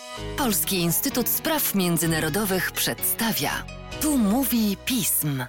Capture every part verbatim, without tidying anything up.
Polski Instytut Spraw Międzynarodowych przedstawia. Tu mówi pism.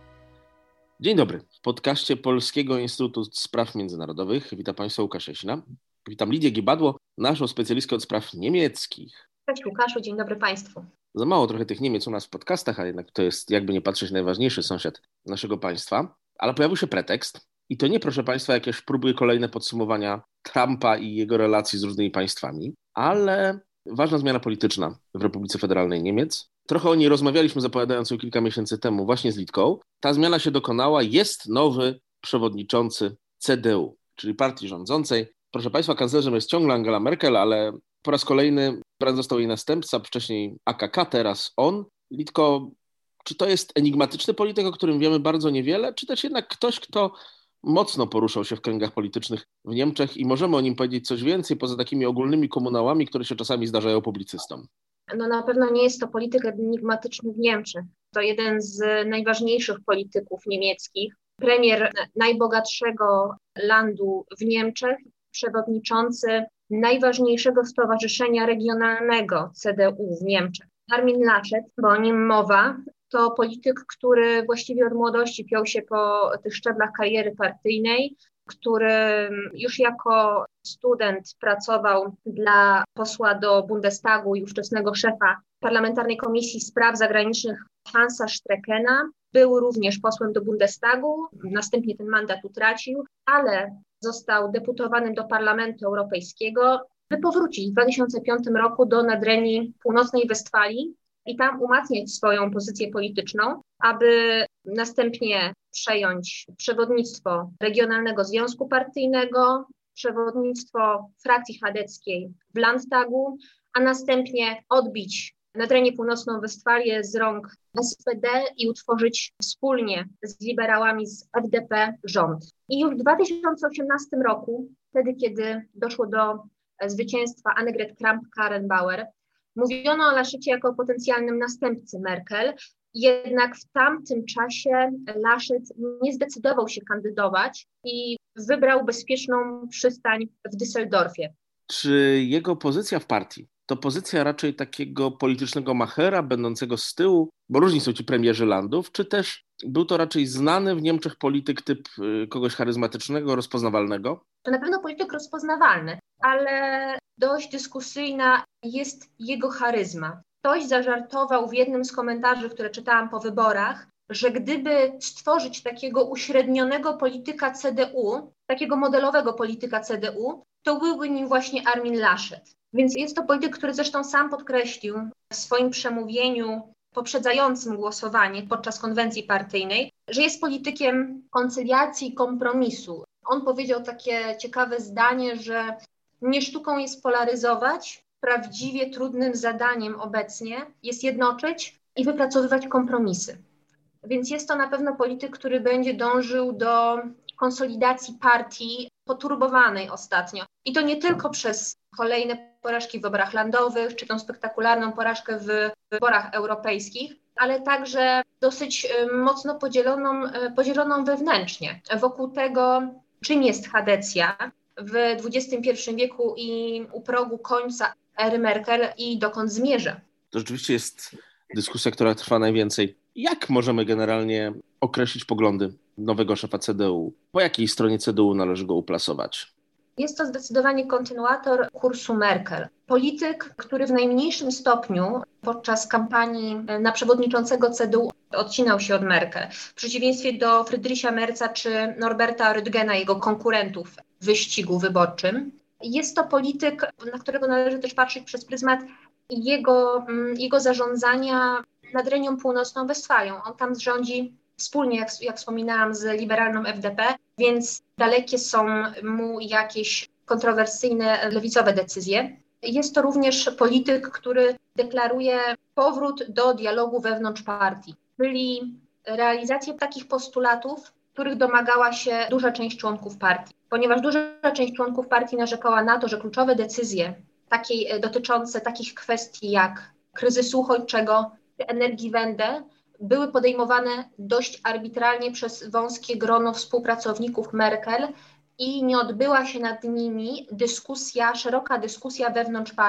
Dzień dobry. W podcaście Polskiego Instytutu Spraw Międzynarodowych witam Państwa Łukasz Jasina. Witam Lidię Gibadło, naszą specjalistkę od spraw niemieckich. Cześć Łukaszu, dzień dobry Państwu. Za mało trochę tych Niemiec u nas w podcastach, a jednak to jest, jakby nie patrzeć, najważniejszy sąsiad naszego państwa. Ale pojawił się pretekst i to nie, proszę Państwa, jakieś próby kolejne podsumowania Trumpa i jego relacji z różnymi państwami, ale ważna zmiana polityczna w Republice Federalnej Niemiec. Trochę o niej rozmawialiśmy, zapowiadając ją kilka miesięcy temu właśnie z Lidką. Ta zmiana się dokonała. Jest nowy przewodniczący C D U, czyli partii rządzącej. Proszę Państwa, kanclerzem jest ciągle Angela Merkel, ale po raz kolejny został jej następca, wcześniej A K K, teraz on. Lidko, czy to jest enigmatyczny polityk, o którym wiemy bardzo niewiele, czy też jednak ktoś, kto mocno poruszał się w kręgach politycznych w Niemczech i możemy o nim powiedzieć coś więcej poza takimi ogólnymi komunałami, które się czasami zdarzają publicystom? No na pewno nie jest to polityk enigmatyczny w Niemczech. To jeden z najważniejszych polityków niemieckich, premier najbogatszego landu w Niemczech, przewodniczący najważniejszego stowarzyszenia regionalnego C D U w Niemczech. Armin Laschet, bo o nim mowa, to polityk, który właściwie od młodości piął się po tych szczeblach kariery partyjnej, który już jako student pracował dla posła do Bundestagu i ówczesnego szefa Parlamentarnej Komisji Spraw Zagranicznych Hansa Streckena. Był również posłem do Bundestagu, następnie ten mandat utracił, ale został deputowanym do Parlamentu Europejskiego, by powrócić w dwa tysiące piątym roku do Nadrenii Północnej Westfalii i tam umacniać swoją pozycję polityczną, aby następnie przejąć przewodnictwo Regionalnego Związku Partyjnego, przewodnictwo frakcji chadeckiej w Landtagu, a następnie odbić Nadrenię Północną Westfalię z rąk S P D i utworzyć wspólnie z liberałami z F D P rząd. I już w dwa tysiące osiemnastym roku, wtedy kiedy doszło do zwycięstwa Annegret Kramp-Karrenbauer, mówiono o Laschecie jako potencjalnym następcy Merkel, jednak w tamtym czasie Laschet nie zdecydował się kandydować i wybrał bezpieczną przystań w Düsseldorfie. Czy jego pozycja w partii to pozycja raczej takiego politycznego machera, będącego z tyłu, bo różni są ci premierzy landów, czy też był to raczej znany w Niemczech polityk typ kogoś charyzmatycznego, rozpoznawalnego? To na pewno polityk rozpoznawalny, ale dość dyskusyjna jest jego charyzma. Ktoś zażartował w jednym z komentarzy, które czytałam po wyborach, że gdyby stworzyć takiego uśrednionego polityka C D U, takiego modelowego polityka C D U, to byłby nim właśnie Armin Laschet. Więc jest to polityk, który zresztą sam podkreślił w swoim przemówieniu poprzedzającym głosowanie podczas konwencji partyjnej, że jest politykiem koncyliacji i kompromisu. On powiedział takie ciekawe zdanie, że nie sztuką jest polaryzować, prawdziwie trudnym zadaniem obecnie jest jednoczyć i wypracowywać kompromisy. Więc jest to na pewno polityk, który będzie dążył do konsolidacji partii poturbowanej ostatnio. I to nie tylko przez kolejne porażki w wyborach landowych, czy tą spektakularną porażkę w wyborach europejskich, ale także dosyć mocno podzieloną, podzieloną wewnętrznie wokół tego, czym jest Chadecja w dwudziestym pierwszym wieku i u progu końca ery Merkel i dokąd zmierza. To rzeczywiście jest dyskusja, która trwa najwięcej. Jak możemy generalnie określić poglądy nowego szefa C D U? Po jakiej stronie C D U należy go uplasować? Jest to zdecydowanie kontynuator kursu Merkel. Polityk, który w najmniejszym stopniu podczas kampanii na przewodniczącego C D U odcinał się od Merkel. W przeciwieństwie do Friedricha Merza czy Norberta Röttgena, jego konkurentów w wyścigu wyborczym. Jest to polityk, na którego należy też patrzeć przez pryzmat jego, jego zarządzania Nadrenią Północną Westfalią. On tam rządzi wspólnie, jak, jak wspominałam, z liberalną F D P, więc dalekie są mu jakieś kontrowersyjne, lewicowe decyzje. Jest to również polityk, który deklaruje powrót do dialogu wewnątrz partii, czyli realizację takich postulatów, których domagała się duża część członków partii. Ponieważ duża część członków partii narzekała na to, że kluczowe decyzje takiej, dotyczące takich kwestii jak kryzysu uchodźczego, Energiewende, były podejmowane dość arbitralnie przez wąskie grono współpracowników Merkel i nie odbyła się nad nimi dyskusja, szeroka dyskusja wewnątrz partii.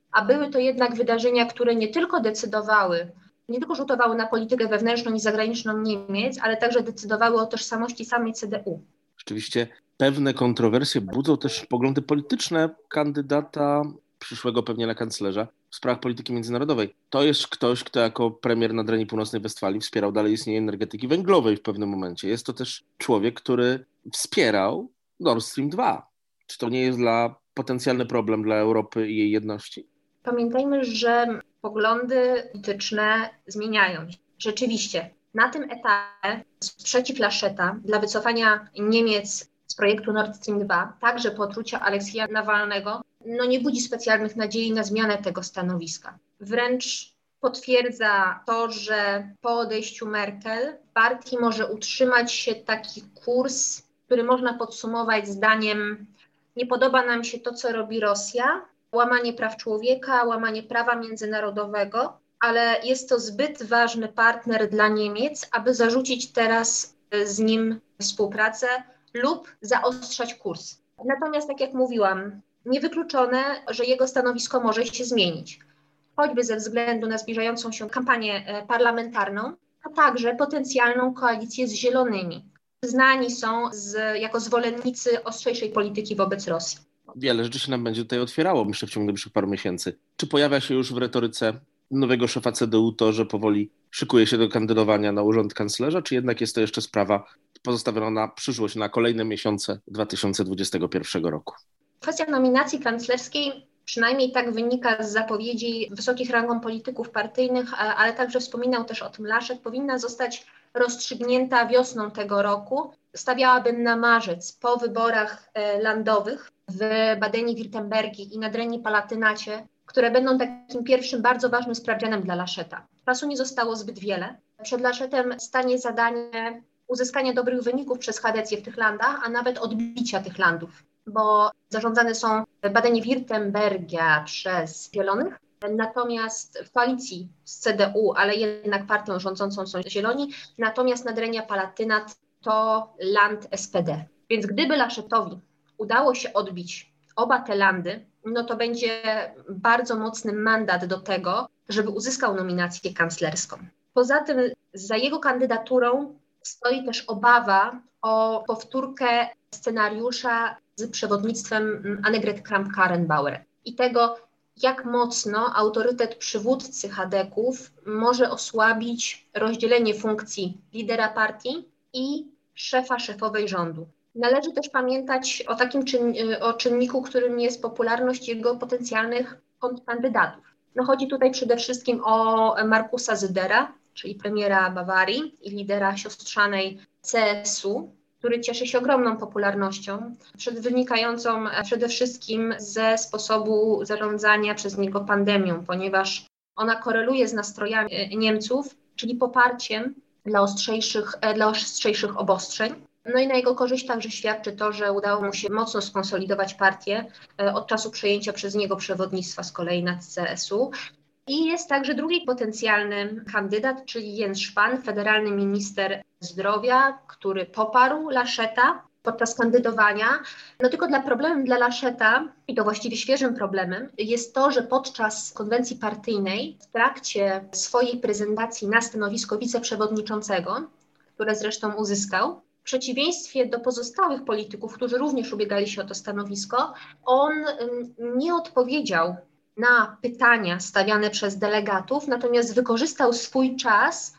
a były to jednak wydarzenia, które nie tylko decydowały, nie tylko rzutowały na politykę wewnętrzną i zagraniczną Niemiec, ale także decydowały o tożsamości samej C D U. Rzeczywiście pewne kontrowersje budzą też poglądy polityczne kandydata przyszłego pewnie na kanclerza w sprawach polityki międzynarodowej. To jest ktoś, kto jako premier Nadrenii Północnej Westfalii wspierał dalej istnienie energetyki węglowej w pewnym momencie. Jest to też człowiek, który wspierał Nord Stream dwa. Czy to nie jest dla potencjalny problem dla Europy i jej jedności? Pamiętajmy, że poglądy polityczne zmieniają się. Rzeczywiście, na tym etapie sprzeciw Lascheta dla wycofania Niemiec z projektu Nord Stream dwa, także po otruciu Aleksieja Nawalnego, no nie budzi specjalnych nadziei na zmianę tego stanowiska. Wręcz potwierdza to, że po odejściu Merkel w partii może utrzymać się taki kurs, który można podsumować zdaniem: nie podoba nam się to, co robi Rosja, łamanie praw człowieka, łamanie prawa międzynarodowego, ale jest to zbyt ważny partner dla Niemiec, aby zarzucić teraz z nim współpracę lub zaostrzać kurs. Natomiast, tak jak mówiłam, niewykluczone, że jego stanowisko może się zmienić, choćby ze względu na zbliżającą się kampanię parlamentarną, a także potencjalną koalicję z Zielonymi. Znani są z, jako zwolennicy ostrzejszej polityki wobec Rosji. Wiele rzeczy się nam będzie tutaj otwierało, myślę, w ciągu najbliższych paru miesięcy. Czy pojawia się już w retoryce nowego szefa C D U to, że powoli szykuje się do kandydowania na urząd kanclerza, czy jednak jest to jeszcze sprawa pozostawiona na przyszłość, na kolejne miesiące dwa tysiące dwudziestego pierwszego roku? Kwestia nominacji kanclerskiej, przynajmniej tak wynika z zapowiedzi wysokich rangą polityków partyjnych, ale także wspominał też o tym Laschet, powinna zostać rozstrzygnięta wiosną tego roku. Stawiałabym na marzec, po wyborach landowych w Badeni-Wirtembergii i Nadrenii Palatynacie, które będą takim pierwszym bardzo ważnym sprawdzianem dla Lascheta. Czasu nie zostało zbyt wiele. Przed Laschetem stanie zadanie uzyskania dobrych wyników przez Chadecję w tych landach, a nawet odbicia tych landów, bo zarządzane są Badeni-Wirtembergia przez Zielonych, natomiast w koalicji z C D U, ale jednak partią rządzącą są Zieloni, natomiast Nadrenia Palatynat to land S P D. Więc gdyby Laschetowi udało się odbić oba te landy, no to będzie bardzo mocny mandat do tego, żeby uzyskał nominację kanclerską. Poza tym za jego kandydaturą stoi też obawa o powtórkę scenariusza z przewodnictwem Annegret Kramp-Karrenbauer i tego, jak mocno autorytet przywódcy Chadeków może osłabić rozdzielenie funkcji lidera partii i szefa, szefowej rządu. Należy też pamiętać o takim czyn, o czynniku, którym jest popularność jego potencjalnych kontrkandydatów. No chodzi tutaj przede wszystkim o Markusa Södera, czyli premiera Bawarii i lidera siostrzanej C S U, który cieszy się ogromną popularnością, przed, wynikającą przede wszystkim ze sposobu zarządzania przez niego pandemią, ponieważ ona koreluje z nastrojami Niemców, czyli poparciem dla ostrzejszych, dla ostrzejszych obostrzeń. No i na jego korzyść także świadczy to, że udało mu się mocno skonsolidować partię od czasu przejęcia przez niego przewodnictwa z kolei nad C S U. I jest także drugi potencjalny kandydat, czyli Jens Spahn, federalny minister zdrowia, który poparł Lascheta podczas kandydowania. No tylko dla problemem dla Lascheta, i to właściwie świeżym problemem, jest to, że podczas konwencji partyjnej, w trakcie swojej prezentacji na stanowisko wiceprzewodniczącego, które zresztą uzyskał, w przeciwieństwie do pozostałych polityków, którzy również ubiegali się o to stanowisko, on nie odpowiedział na pytania stawiane przez delegatów, natomiast wykorzystał swój czas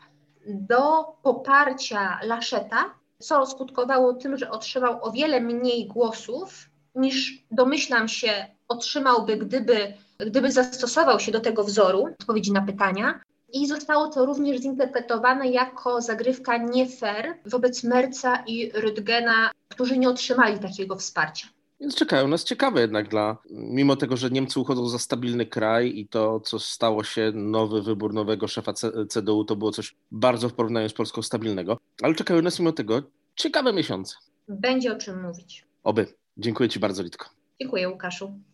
do poparcia Lascheta, co skutkowało tym, że otrzymał o wiele mniej głosów niż, domyślam się, otrzymałby, gdyby, gdyby zastosował się do tego wzoru odpowiedzi na pytania. I zostało to również zinterpretowane jako zagrywka nie fair wobec Merza i Röttgena, którzy nie otrzymali takiego wsparcia. Więc czekają nas ciekawe jednak dla, mimo tego, że Niemcy uchodzą za stabilny kraj i to, co stało się, nowy wybór nowego szefa C D U, to było coś bardzo w porównaniu z Polską stabilnego, ale czekają nas mimo tego ciekawe miesiące. Będzie o czym mówić. Oby. Dziękuję Ci bardzo, Litko. Dziękuję, Łukaszu.